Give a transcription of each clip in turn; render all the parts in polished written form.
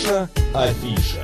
Наша афиша.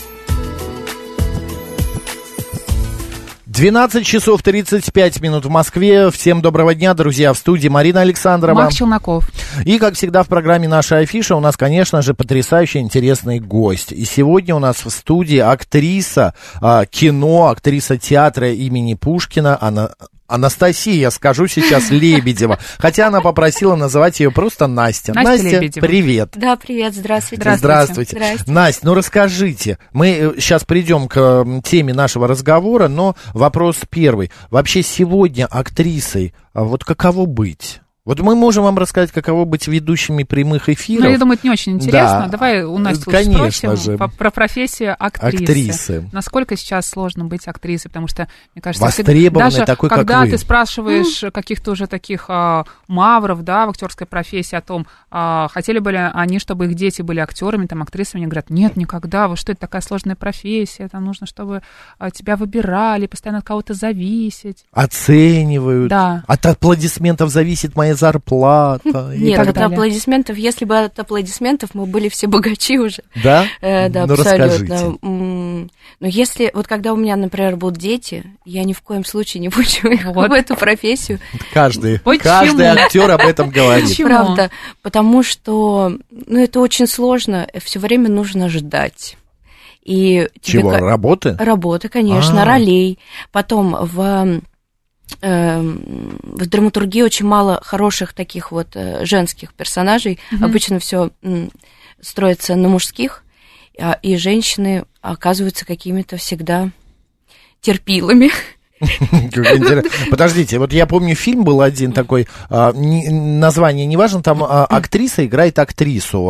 12 часов 35 минут в Москве. Всем доброго дня, друзья. В студии Марина Александрова. Макс Челноков. И, как всегда, в программе «Наша афиша» у нас, конечно же, потрясающий интересный гость. И сегодня у нас в студии актриса кино, актриса театра имени Пушкина Анастасия, я скажу сейчас, Лебедева. Хотя она попросила называть ее просто Настя. Настя, привет. Да, привет, здравствуйте. Здравствуйте. Настя, ну расскажите. Мы сейчас придем к теме нашего разговора, но вопрос первый. Вообще сегодня актрисой, вот каково быть? Вот мы можем вам рассказать, каково быть ведущими прямых эфиров. Ну, я думаю, это не очень интересно. Да. Давай у Насти спросим про профессию актрисы. Насколько сейчас сложно быть актрисой? Потому что, мне кажется, востребованной такой, как вы. Когда ты спрашиваешь каких-то уже таких мавров, да, в актерской профессии о том, хотели бы ли они, чтобы их дети были актерами, там, актрисами, они говорят, нет, никогда, вы что, это такая сложная профессия, там нужно, чтобы тебя выбирали, постоянно от кого-то зависеть. Оценивают. Да. От аплодисментов зависит моя зарплата. Нет, от аплодисментов, если бы от аплодисментов мы были все богачи уже. Да? Да, ну, абсолютно. Расскажите. Но если, вот когда у меня, например, будут дети, я ни в коем случае не пущу их в эту профессию. Каждый актер об этом говорит. Почему? Правда, потому что, это очень сложно, все время нужно ждать. И чего, работы? Работы, конечно, ролей. Потом в драматургии очень мало хороших таких вот женских персонажей. Обычно все строится на мужских, и женщины оказываются какими-то всегда терпилами. Подождите, вот я помню, фильм был один такой, название не важно, там актриса играет актрису.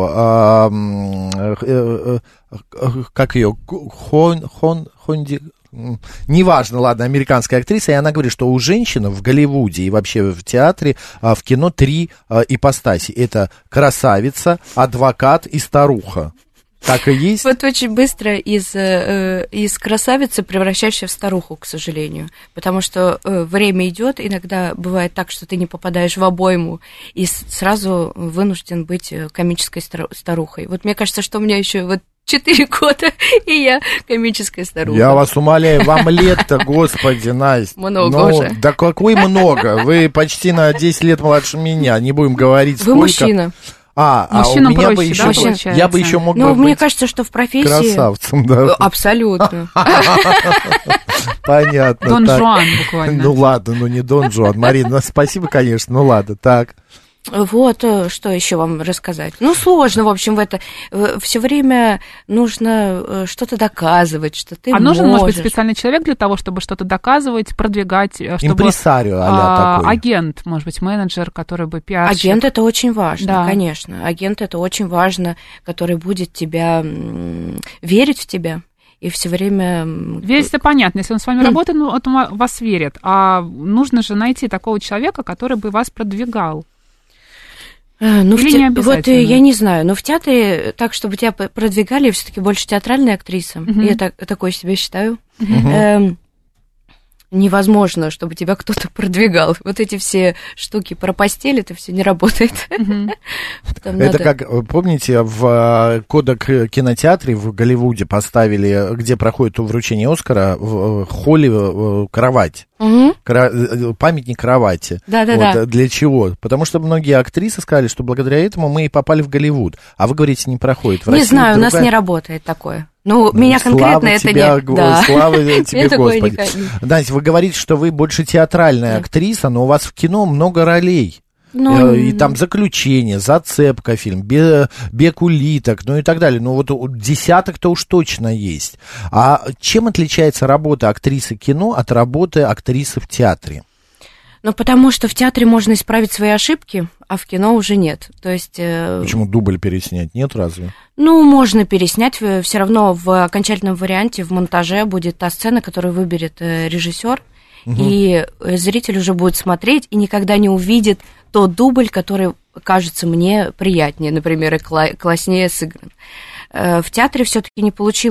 Как ее? Хонди... Неважно, ладно, американская актриса, и она говорит, что у женщин в Голливуде и вообще в театре, в кино 3 ипостаси. Это красавица, адвокат и старуха. Так и есть? Вот очень быстро из красавицы превращаешься в старуху, к сожалению. Потому что время идет, иногда бывает так, что ты не попадаешь в обойму и сразу вынужден быть комической старухой. Вот мне кажется, что у меня еще 4 года, и я комическая старуха. Я вас умоляю, вам лет-то, господи, Настя. Много уже. Да какой много? Вы почти на 10 лет младше меня, не будем говорить сколько. Вы мужчина. Мужчинам у меня проще, бы еще, да, получается? я бы еще мог быть мне кажется, что в профессии... красавцем, да. Абсолютно. Понятно. Дон Жуан буквально. Ну ладно, не Дон Жуан. Марина, спасибо, конечно, ну ладно, так. Вот, что еще вам рассказать? Сложно, в общем, все время нужно что-то доказывать, что ты можешь. Нужен, может быть, специальный человек для того, чтобы что-то доказывать, продвигать, чтобы... Импресарио а-ля такой. Агент, может быть, менеджер, который бы пиарщик. Агент – это очень важно, да. Конечно. Агент – это очень важно, который будет верить в тебя. И все время... Верить-то понятно, если он с вами работает, он вас верит. А нужно же найти такого человека, который бы вас продвигал. Или не обязательно? Вот я не знаю, но в театре так, чтобы тебя продвигали, я все-таки больше театральная актриса. Я такой себя считаю. Невозможно, чтобы тебя кто-то продвигал. Вот эти все штуки про постель, это все не работает. Это как, помните, в Кодак кинотеатре в Голливуде поставили, где проходит вручение Оскара, в холле кровать. Памятник кровати. Да. Для чего? Потому что многие актрисы сказали, что благодаря этому мы и попали в Голливуд. А вы говорите, не проходит. В России знаю, у нас не работает такое. Меня конкретно это нет. Слава тебе, Господи. Настя, вы говорите, что вы больше театральная актриса, но у вас в кино много ролей. И там «Заключение», «Зацепка» фильм, «Бег улиток», и так далее. Десяток-то уж точно есть. А чем отличается работа актрисы кино от работы актрисы в театре? Потому что в театре можно исправить свои ошибки, а в кино уже нет. То есть... Почему дубль переснять? Нет разве? Можно переснять. Все равно в окончательном варианте, в монтаже будет та сцена, которую выберет режиссер. И зритель уже будет смотреть и никогда не увидит тот дубль, который кажется мне приятнее, например, и класснее сыгран. В театре все-таки не получилось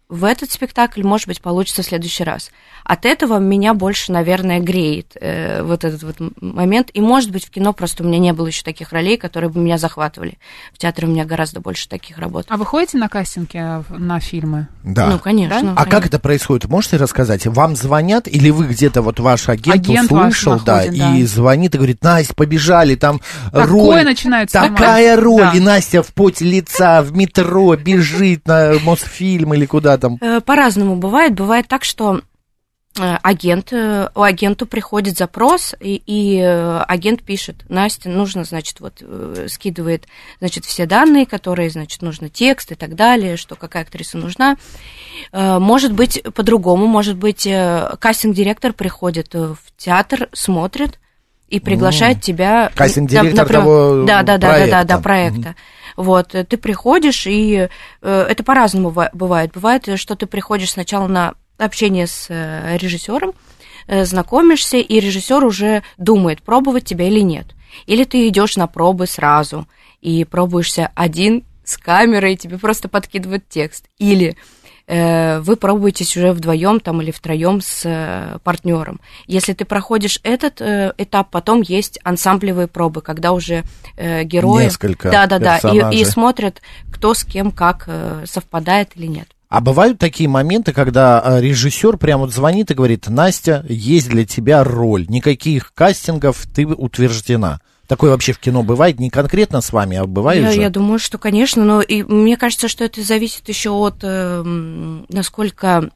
в этот спектакль, может быть, получится в следующий раз. От этого меня больше, наверное, греет вот этот вот момент. И, может быть, в кино просто у меня не было еще таких ролей, которые бы меня захватывали. В театре у меня гораздо больше таких работ. А вы ходите на кастинги на фильмы? Да. Ну, конечно. Да? А конечно. Как это происходит? Можете рассказать? Вам звонят, или вы где-то, вот ваш агент услышал, находит, и звонит и говорит: Настя, побежали, там роль, такая роль, и Настя в поте лица, в метро бежит на Мосфильм или куда там? По-разному бывает. Бывает так, что у агенту приходит запрос, и агент пишет: Настя, нужно, значит, вот скидывает, значит, все данные, которые, значит, нужно текст и так далее, что какая актриса нужна. Может быть, по-другому, может быть, кастинг-директор приходит в театр, смотрит и приглашает тебя... Кастинг-директор того проекта. Проекта. Вот, ты приходишь, и это по-разному бывает. Бывает, что ты приходишь сначала на общение с режиссером, знакомишься, и режиссер уже думает, пробовать тебя или нет. Или ты идешь на пробы сразу и пробуешься один с камерой, и тебе просто подкидывают текст. Или вы пробуетесь уже вдвоем там, или втроем с партнером. Если ты проходишь этот этап, потом есть ансамблевые пробы, когда уже герои... Несколько персонажей. И смотрят, кто с кем как совпадает или нет. А бывают такие моменты, когда режиссер прямо вот звонит и говорит: Настя, есть для тебя роль, никаких кастингов, ты утверждена. Такое вообще в кино бывает, не конкретно с вами, а бывает же? Я думаю, что, конечно, но и мне кажется, что это зависит еще от, насколько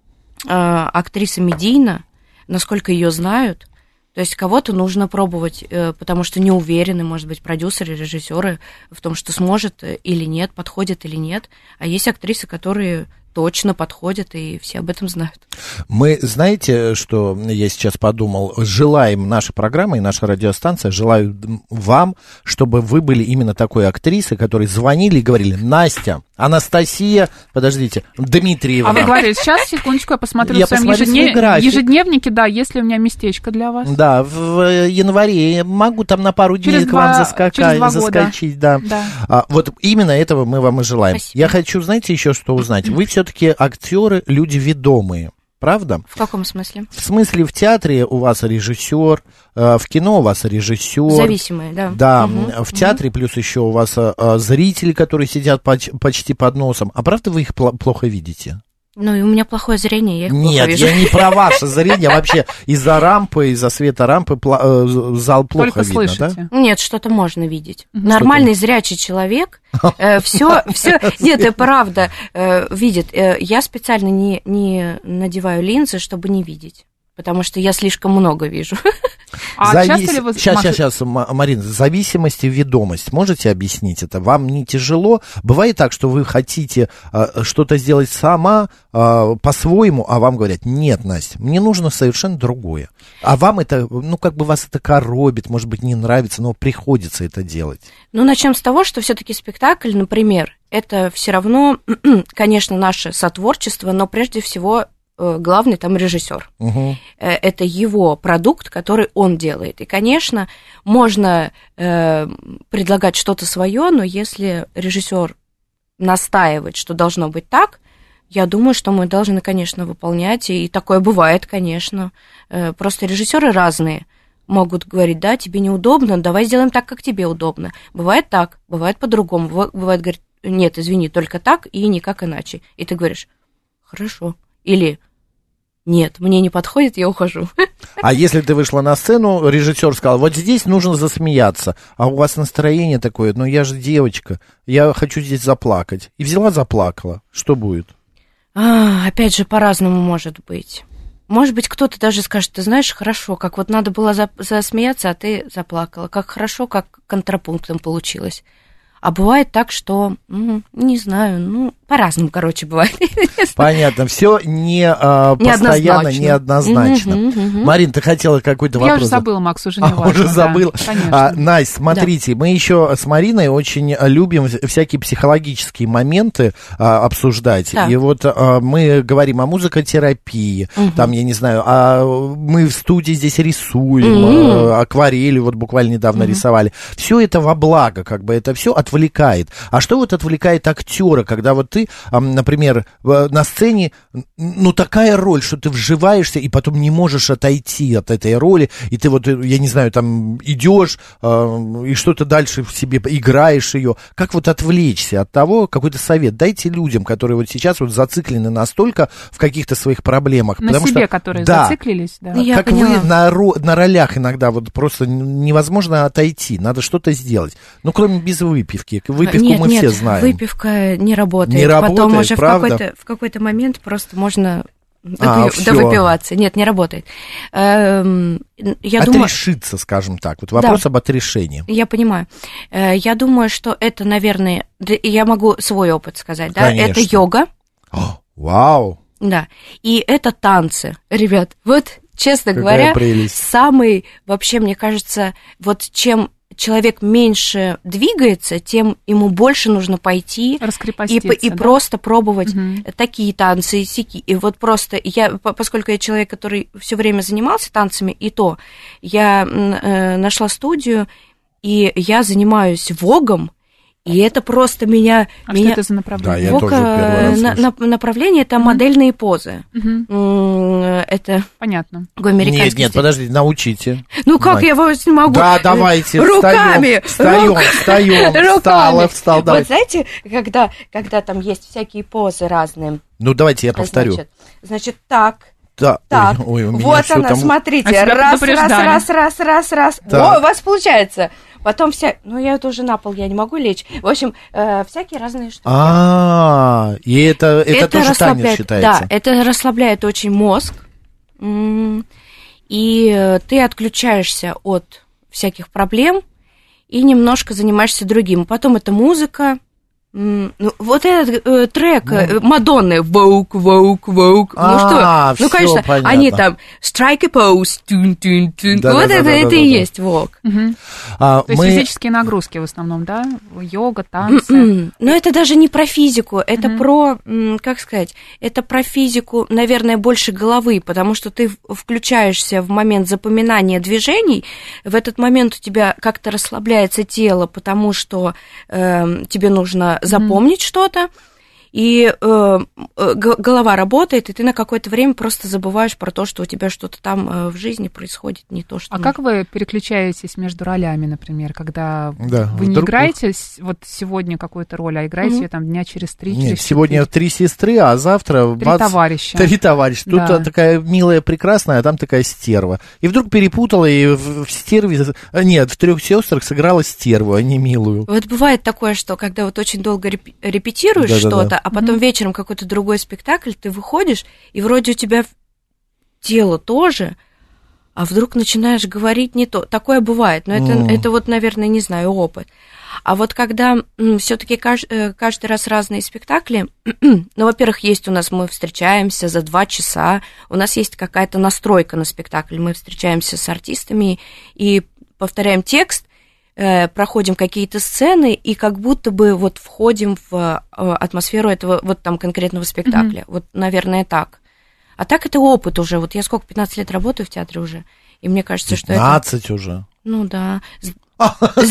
актриса медийна, насколько ее знают. То есть кого-то нужно пробовать, потому что не уверены, может быть, продюсеры, режиссеры в том, что сможет или нет, подходит или нет. А есть актрисы, которые точно подходят, и все об этом знают. Мы, знаете, что я сейчас подумал? Желаем, наша программа и наша радиостанция желают вам, чтобы вы были именно такой актрисой, которые звонили и говорили: Настя, Анастасия, подождите, Дмитриевна. А вы говорили: сейчас, секундочку, я посмотрю в своем ежедневнике, да, есть ли у меня местечко для вас. Да, в январе могу там на пару дней к вам заскочить. Да. Вот именно этого мы вам и желаем. Спасибо. Я хочу, знаете, еще что узнать. Вы все-таки актеры, люди ведомые. Правда? В каком смысле? В смысле, в театре у вас режиссер, в кино у вас режиссер. Зависимые, да. Да, в театре плюс еще у вас зрители, которые сидят почти под носом. А правда вы их плохо видите? Ну, и у меня плохое зрение, я их плохо вижу. Нет, я не про ваше зрение, вообще из-за рампы, из-за света рампы зал плохо только видно, слышите. Да? Нет, что-то можно видеть. Нормальный зрячий человек все, нет, это правда, видит. Я специально не надеваю линзы, чтобы не видеть. Потому что я слишком много вижу. Часто ли вы... Сейчас, Марина, зависимость и ведомость. Можете объяснить это? Вам не тяжело? Бывает так, что вы хотите что-то сделать сама, по-своему, а вам говорят: нет, Настя, мне нужно совершенно другое. А вам это, вас это коробит, может быть, не нравится, но приходится это делать. Ну, начнем с того, что все-таки спектакль, например, это все равно, конечно, наше сотворчество, но прежде всего главный там режиссер. Это его продукт, который он делает. И, конечно, можно предлагать что-то свое, но если режиссер настаивает, что должно быть так, я думаю, что мы должны, конечно, выполнять. И такое бывает, конечно. Просто режиссеры разные. Могут говорить: да, тебе неудобно, давай сделаем так, как тебе удобно. Бывает так, бывает по-другому. Бывает, говорит: нет, извини, только так и никак иначе. И ты говоришь: хорошо. Или: нет, мне не подходит, я ухожу. А если ты вышла на сцену, режиссер сказал: вот здесь нужно засмеяться, а у вас настроение такое: ну я же девочка, я хочу здесь заплакать. И взяла, заплакала. Что будет? Опять же, по-разному может быть. Может быть, кто-то даже скажет: ты знаешь, хорошо, как вот надо было засмеяться, а ты заплакала. Как хорошо, как контрапунктом получилось. А бывает так, что, не знаю, по-разному, короче, бывает. Понятно, все постоянно, неоднозначно. Марин, ты хотела какой-то вопрос? Я уже забыла, Макс, уже не важно. Уже забыла. Конечно. Настя, смотрите, мы еще с Мариной очень любим всякие психологические моменты обсуждать. И вот мы говорим о музыкотерапии, там, я не знаю, мы в студии здесь рисуем, акварелью вот буквально недавно рисовали. Все это во благо, это все отвлекает. А что вот отвлекает актера, когда вот ты, например, на сцене, ну, такая роль, что ты вживаешься и потом не можешь отойти от этой роли, и ты вот, я не знаю, там идешь и что-то дальше в себе играешь ее. Как вот отвлечься от того, какой-то совет дайте людям, которые вот сейчас вот зациклены настолько в каких-то своих проблемах. На себе, которые зациклились, да. Как вы на ролях иногда вот просто невозможно отойти, надо что-то сделать. Ну, кроме без выпивки. Выпивку мы все знаем. Выпивка не работает. Не работает, потом уже правда? в какой-то момент просто можно довыпиваться. Нет, не работает. Отрешиться, скажем так. Вот вопрос об отрешении. Я понимаю. Я думаю, что это, наверное, я могу свой опыт сказать, да? Конечно. Это йога. Вау! Да. И это танцы. Ребят, вот, честно говоря, самый, вообще, мне кажется, вот чем человек меньше двигается, тем ему больше нужно пойти и просто пробовать такие танцы, сяки. И вот просто поскольку я человек, который все время занимался танцами, я нашла студию, и я занимаюсь вогом, и это просто меня... что это за направление? Да, я тоже первый раз направление – это модельные позы. Это... Понятно. Нет, подожди, научите. Ну, как я вас не могу? Да, давайте. Руками. Встаем. Встал, давай. Вот знаете, когда там есть всякие позы разные. Ну, давайте я повторю. Значит, так. Да. Так, ой, вот она, там... смотрите, раз. О, у вас получается. Потом ну, я это уже на пол, я не могу лечь. В общем, всякие разные штуки. И это тоже танец считается? Да, это расслабляет очень мозг. И ты отключаешься от всяких проблем и немножко занимаешься другим. Потом это музыка. Вот этот трек Мадонны «Воук». Ну конечно, понятно. они там «Strike a pose», вот это и есть «Вок». То есть физические нагрузки в основном, да? Йога, танцы. Но это даже не про физику, это про, как сказать, это про физику, наверное, больше головы, потому что ты включаешься в момент запоминания движений, в этот момент у тебя как-то расслабляется тело, потому что тебе нужно запомнить что-то, и голова работает, и ты на какое-то время просто забываешь про то, что у тебя что-то там в жизни происходит, не то, что... как вы переключаетесь между ролями, например, когда вы не играете вот сегодня какую-то роль, а играете ее там дня через 3, через 4? Сегодня 3 сестры, а завтра... 3 товарища. 3 товарища. Тут такая милая, прекрасная, а там такая стерва. И вдруг перепутала, и в стерве... Нет, в 3 сестрах сыграла стерву, а не милую. Вот бывает такое, что когда вот очень долго репетируешь что-то, а потом вечером какой-то другой спектакль, ты выходишь, и вроде у тебя тело тоже, а вдруг начинаешь говорить не то. Такое бывает, но это вот, наверное, не знаю, опыт. А вот когда все-таки каждый раз разные спектакли, ну, во-первых, мы встречаемся за 2 часа, у нас есть какая-то настройка на спектакль, мы встречаемся с артистами и повторяем текст, проходим какие-то сцены и как будто бы вот входим в атмосферу этого вот там конкретного спектакля. Вот, наверное, так. А так это опыт уже. Вот я 15 лет работаю в театре уже, и мне кажется, что 15 уже? Ну да. С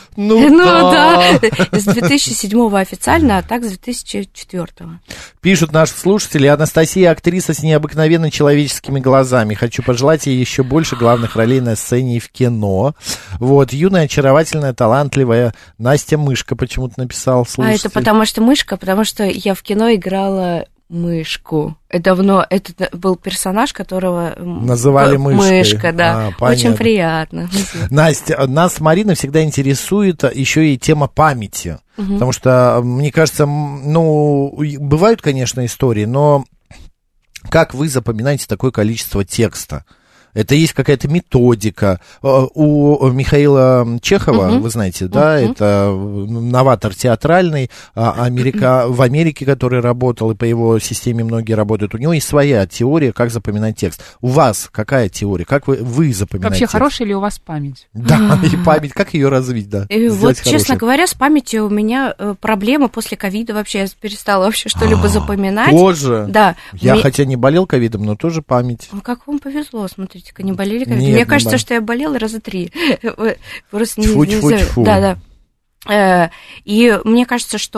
2007-го официально, а так с 2004-го. Пишут наши слушатели: Анастасия актриса с необыкновенно человеческими глазами. Хочу пожелать ей еще больше главных ролей на сцене и в кино. Вот, юная, очаровательная, талантливая Настя Мышка почему-то написал слушатель. А это потому что я в кино играла мышку. Это был персонаж, которого называли мышкой. Мышка, да. Очень приятно. Настя, нас Марина всегда интересует еще и тема памяти. Потому что, мне кажется, бывают, конечно, истории, но как вы запоминаете такое количество текста? Это есть какая-то методика. У Михаила Чехова, вы знаете, да, это новатор театральный, в Америке, который работал, и по его системе многие работают. У него есть своя теория, как запоминать текст. У вас какая теория? Как вы запоминаете Вообще, текст? Хорошая ли у вас память? Да, и память. Как ее развить, да? Вот, честно говоря, с памятью у меня проблема после ковида вообще. Я перестала вообще что-либо запоминать. Тоже? Да. Я хотя не болел ковидом, но тоже память. Как вам повезло, смотрите. Не болели ковидом? Мне кажется, что я болела раза 3. Просто Тьфу. Да. И мне кажется, что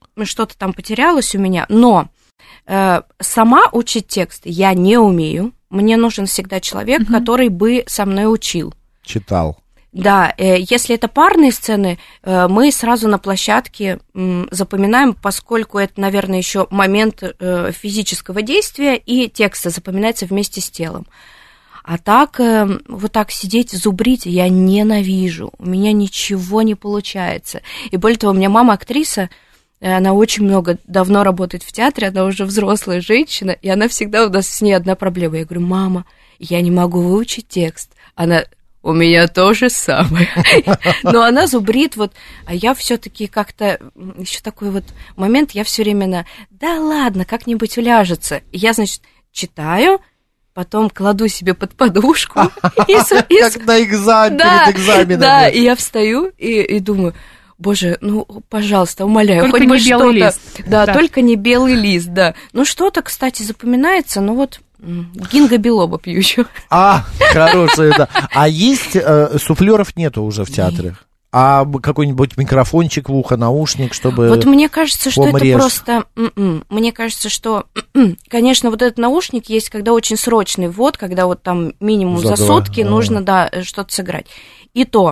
что-то там потерялось у меня, но сама учить текст я не умею. Мне нужен всегда человек, который бы со мной учил. Читал. Да, если это парные сцены, мы сразу на площадке запоминаем, поскольку это, наверное, еще момент физического действия, и текст запоминается вместе с телом. А так, вот так сидеть, зубрить я ненавижу, у меня ничего не получается. И более того, у меня мама актриса, она очень давно работает в театре, она уже взрослая женщина, и она всегда, у нас с ней одна проблема. Я говорю: мама, я не могу выучить текст. Она: у меня то же самое. Но она зубрит, вот, а я все-таки как-то, еще такой вот момент, я все время да ладно, как-нибудь уляжется. И я, значит, читаю, потом кладу себе под подушку. Как на экзамен, перед экзаменом. Да, и я встаю и думаю: боже, ну, пожалуйста, умоляю, только хоть бы не белый что-то. лист. Да, только не белый лист, да. Ну, что-то, кстати, запоминается, ну вот гинго билоба пью еще. Хорошая, да. А есть суфлеров нету уже в театре? А какой-нибудь микрофончик в ухо, наушник, чтобы... Вот мне кажется, что это просто... Мне кажется, что, конечно, вот этот наушник есть, когда очень срочный ввод, когда вот там минимум за сутки нужно, да, что-то сыграть. И то...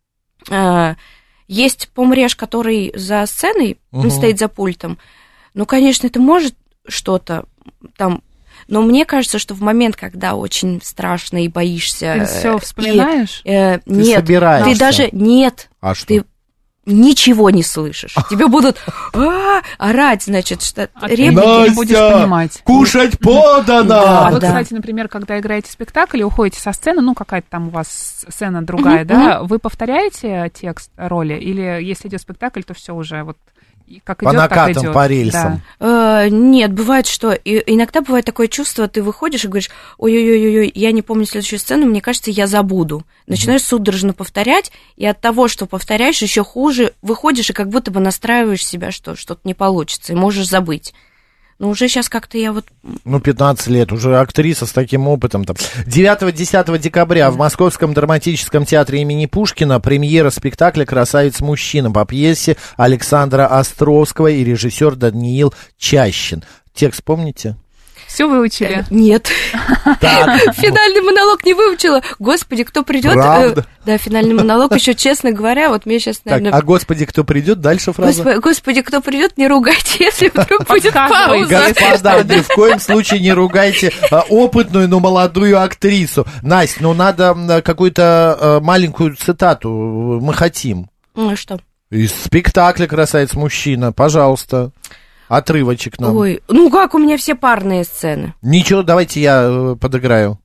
Есть помреж, который за сценой стоит за пультом. Ну, конечно, это может что-то там... Но мне кажется, что в момент, когда очень страшно и боишься... Ты все вспоминаешь? Нет, собираешься. ты даже... Нет. А что? Ты ничего не слышишь. Тебе будут орать, значит, что... реплики не будешь понимать. Кушать подано! Вот, кстати, например, когда играете спектакль и уходите со сцены, ну, какая-то там у вас сцена другая, да, вы повторяете текст роли? Или если идет спектакль, то все уже вот... Как идет, по накатам, так идет. по рельсам. Да. Нет, бывает, что... Иногда бывает такое чувство, ты выходишь и говоришь: ой-ой-ой, я не помню следующую сцену, мне кажется, я забуду. Начинаешь судорожно повторять, и от того, что повторяешь, еще хуже, выходишь и как будто бы настраиваешь себя, что что-то не получится, и можешь забыть. Но уже сейчас как-то я вот... 15 лет, уже актриса с таким опытом. 9-10 декабря в Московском драматическом театре имени Пушкина премьера спектакля «Красавец-мужчина» по пьесе Александра Островского и режиссер Даниил Чащин. Текст помните? Все выучили? Нет. Финальный монолог не выучила. Господи, кто придет? Правда? Да, финальный монолог еще, честно говоря, вот мне сейчас, наверное... А Господи, кто придет? Дальше фраза. Господи, кто придет, не ругайте, если вдруг будет пауза. Господа, ни в коем случае не ругайте опытную, но молодую актрису. Настя, ну надо какую-то маленькую цитату. Мы хотим. Ну что? Из спектакля «Красавец-мужчина». Пожалуйста. Отрывочек нам. Ой, ну как, у меня все парные сцены. Ничего, давайте я подыграю.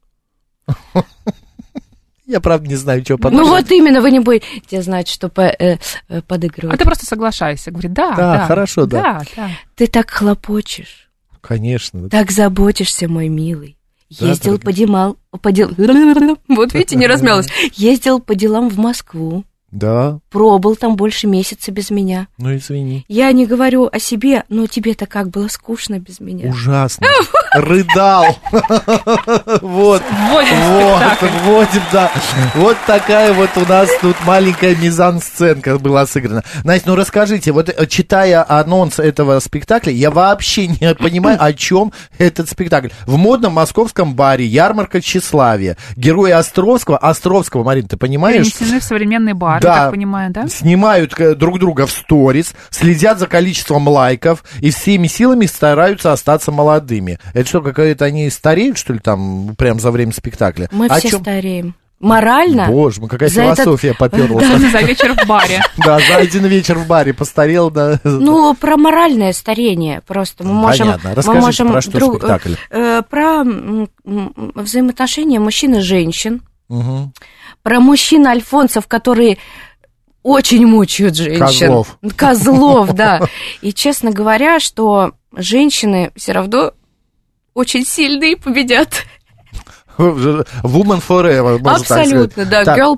Я, правда, не знаю, что подыграть. Ну вот именно, вы не будете знать, что подыгрывать. А ты просто соглашайся. Говорит: да. Да, хорошо, да. Ты так хлопочешь. Конечно. Так заботишься, мой милый. Ездил по делам... Вот видите, не размялась. Ездил по делам в Москву. Да. Пробыл там больше месяца без меня. Ну, извини. Я не говорю о себе, но тебе-то как было скучно без меня. Ужасно. Рыдал. Вот. Вводим, да. Вот такая вот у нас тут маленькая мизансценка была сыграна. Настя, ну расскажите, вот читая анонс этого спектакля, я вообще не понимаю, о чем этот спектакль. В модном московском баре ярмарка тщеславия. Герои Островского, Марин, ты понимаешь? Перенесены в современный бар. Да, я так понимаю, да? Снимают друг друга в сторис, следят за количеством лайков и всеми силами стараются остаться молодыми. Это что, какая-то они стареют, что ли, там, прям за время спектакля? Мы все стареем. Морально? Боже мой, какая философия поперлась. За вечер в баре. Да, за один вечер в баре постарел, да. Ну, про моральное старение просто. Понятно. Расскажите, про что спектакль? Про взаимоотношения мужчин и женщин. Про мужчин-альфонсов, которые очень мучают женщин. Козлов, да. И, честно говоря, что женщины все равно очень сильные победят. Woman forever, можно абсолютно, так сказать. Да, girl power.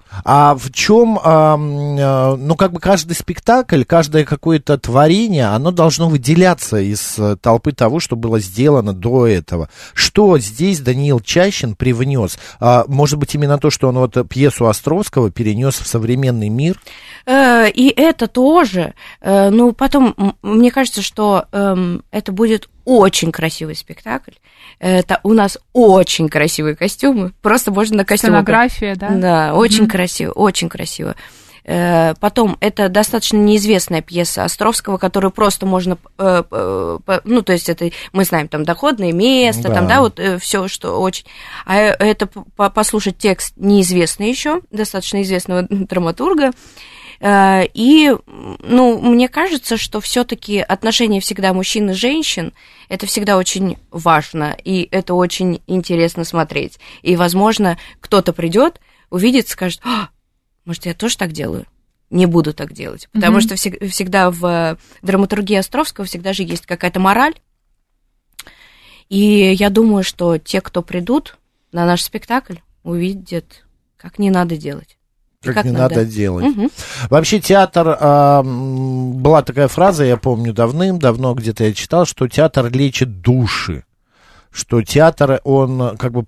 А в чем, как бы каждый спектакль, каждое какое-то творение, оно должно выделяться из толпы того, что было сделано до этого. Что здесь Даниил Чащин привнес? Может быть, именно то, что он вот пьесу Островского перенес в современный мир? И это тоже. Потом, мне кажется, что это будет очень красивый спектакль. Это у нас очень красивые костюмы. Просто можно на костюмах. Сценография, да? Да, очень красиво, очень красиво. Потом, это достаточно неизвестная пьеса Островского, которую просто можно, то есть это, мы знаем, там, доходное место, там, да, вот все, что очень... А это послушать текст неизвестный еще, достаточно известного драматурга. И, мне кажется, что все-таки отношения всегда мужчин и женщин, это всегда очень важно, и это очень интересно смотреть. И, возможно, кто-то придет, увидит, скажет: может, я тоже так делаю? Не буду так делать. Потому что всегда в драматургии Островского всегда же есть какая-то мораль. И я думаю, что те, кто придут на наш спектакль, увидят, как не надо делать. Как не надо делать. Вообще театр, была такая фраза, я помню, давным-давно где-то я читал, что театр лечит души. Что театр, он как бы,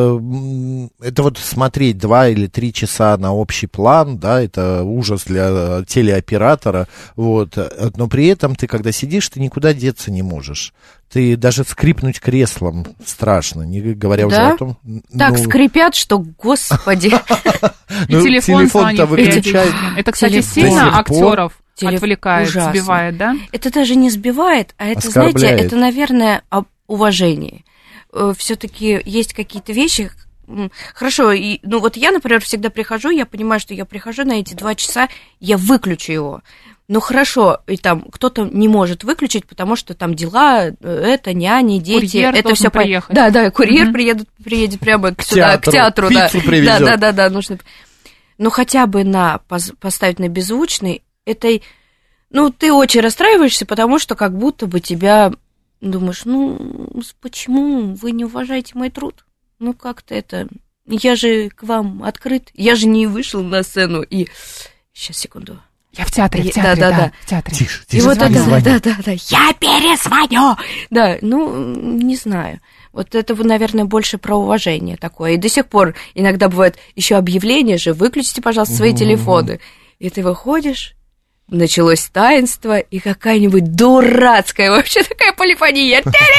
это вот смотреть 2 или 3 часа на общий план, да, это ужас для телеоператора, вот, но при этом ты, когда сидишь, ты никуда деться не можешь. Ты даже скрипнуть креслом страшно, не говоря уже о том... Так скрипят, что, господи... И телефон-то выключает. Это, кстати, сильно актеров отвлекает, сбивает, да? Это даже не сбивает, а это, знаете, это, наверное, об уважении. Все-таки есть какие-то вещи. Хорошо, вот я, например, всегда прихожу, я понимаю, что я прихожу на эти 2 часа, я выключу его. Ну хорошо, и там кто-то не может выключить, потому что там дела, это няни, дети, курьер это все приехать. Да, курьер приедет прямо сюда, к театру, да, нужно. Но хотя бы поставить на беззвучный, это, ты очень расстраиваешься, потому что как будто бы тебя думаешь, почему вы не уважаете мой труд? Как-то это, я же к вам открыт, я же не вышел на сцену и... Сейчас, секунду. Я в театре, да. В театре. Тише, и вот да, я перезвоню. Да, не знаю. Вот это, наверное, больше про уважение такое. И до сих пор иногда бывает еще объявление же: выключите, пожалуйста, свои телефоны. И ты выходишь, началось таинство, и какая-нибудь дурацкая вообще такая полифония.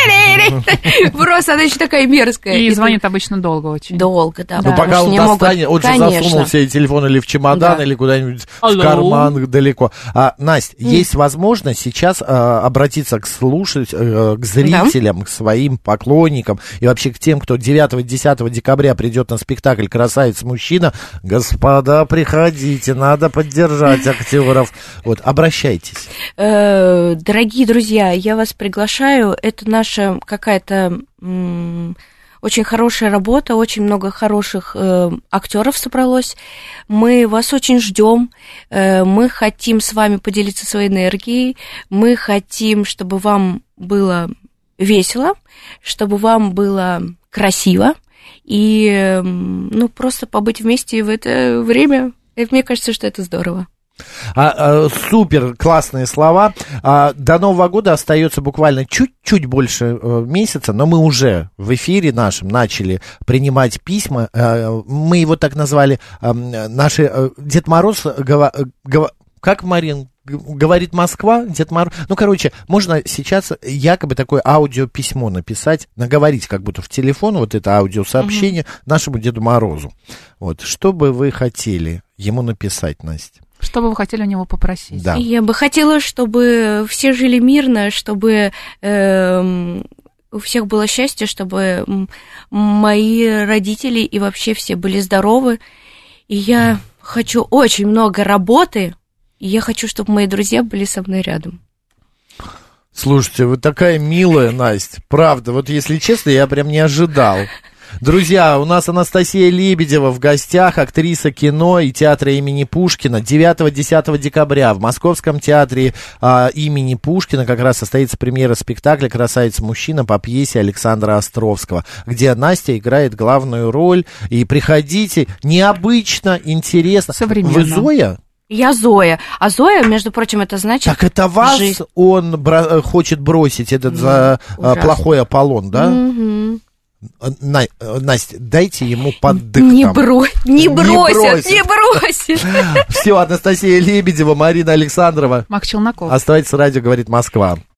Просто она еще такая мерзкая. И звонит обычно долго очень. Долго, да. Пока он достанет, он же засунул себе телефон или в чемодан, или куда-нибудь в карман далеко. Настя, есть возможность сейчас обратиться к слушателям, к зрителям, к своим поклонникам и вообще к тем, кто 9-10 декабря придет на спектакль «Красавица-мужчина». Господа, приходите, надо поддержать актеров. Вот, обращайтесь. Дорогие друзья, я вас приглашаю. Это наша какая-то очень хорошая работа, очень много хороших актеров собралось. Мы вас очень ждем. Мы хотим с вами поделиться своей энергией. Мы хотим, чтобы вам было весело, чтобы вам было красиво. И просто побыть вместе в это время. И мне кажется, что это здорово. Супер классные слова. До Нового года остается буквально чуть-чуть больше месяца, но мы уже в эфире нашем начали принимать письма. Мы его так назвали, наши Дед Мороз, как, Марин, говорит Москва, Дед Мороз. Можно сейчас якобы такое аудиописьмо написать, наговорить как будто в телефон, вот это аудиосообщение нашему Деду Морозу. Вот, что бы вы хотели ему написать, Настя? Что бы вы хотели у него попросить? Да. Я бы хотела, чтобы все жили мирно, чтобы у всех было счастье, чтобы мои родители и вообще все были здоровы. И я хочу очень много работы, и я хочу, чтобы мои друзья были со мной рядом. Слушайте, вы такая милая, Настя, правда, вот если честно, я прям не ожидал. Друзья, у нас Анастасия Лебедева в гостях, актриса кино и театра имени Пушкина. 9-10 декабря в Московском театре имени Пушкина как раз состоится премьера спектакля «Красавица-мужчина» по пьесе Александра Островского, где Настя играет главную роль. И приходите, необычно, интересно. Современно. Вы Зоя? Я Зоя. А Зоя, между прочим, это значит... Так это вас жизнь. Он хочет бросить, этот за плохой Аполлон, да? Угу. Настя, дайте ему поддых. Не бросит. Все, Анастасия Лебедева, Марина Александрова. Макс Челноков. Оставайтесь, радио «Говорит Москва».